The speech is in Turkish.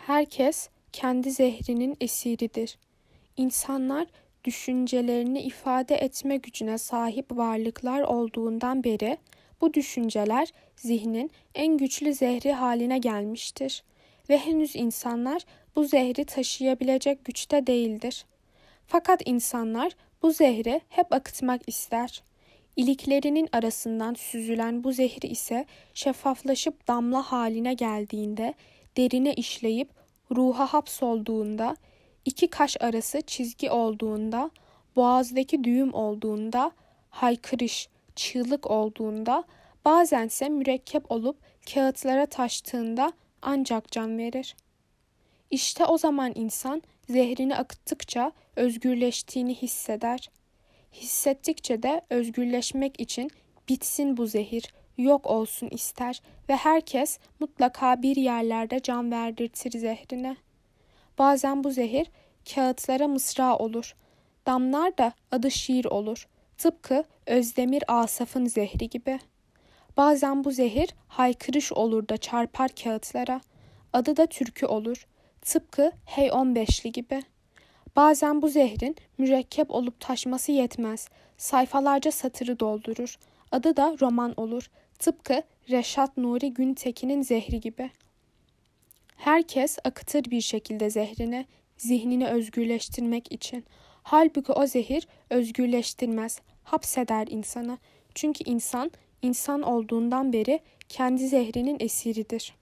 Herkes kendi zehrinin esiridir. İnsanlar düşüncelerini ifade etme gücüne sahip varlıklar olduğundan beri bu düşünceler zihnin en güçlü zehri haline gelmiştir ve henüz insanlar bu zehri taşıyabilecek güçte değildir. Fakat insanlar bu zehri hep akıtmak ister. İliklerinin arasından süzülen bu zehri ise şeffaflaşıp damla haline geldiğinde, derine işleyip ruha hapsolduğunda, iki kaş arası çizgi olduğunda, boğazdaki düğüm olduğunda, haykırış, çığlık olduğunda, bazense mürekkep olup kağıtlara taştığında ancak can verir. İşte o zaman insan zehrini akıttıkça özgürleştiğini hisseder. Hissettikçe de özgürleşmek için bitsin bu zehir, yok olsun ister ve herkes mutlaka bir yerlerde can verdirtir zehrine. Bazen bu zehir kağıtlara mısra olur. Damlar da adı şiir olur. Tıpkı Özdemir Asaf'ın zehri gibi. Bazen bu zehir haykırış olur da çarpar kağıtlara. Adı da türkü olur. Tıpkı Hey 15'li gibi. Bazen bu zehrin mürekkep olup taşması yetmez. Sayfalarca satırı doldurur. Adı da roman olur. Tıpkı Reşat Nuri Güntekin'in zehri gibi. Herkes akıtır bir şekilde zehrini, zihnini özgürleştirmek için. Halbuki o zehir özgürleştirmez, hapseder insanı. Çünkü insan olduğundan beri kendi zehrinin esiridir.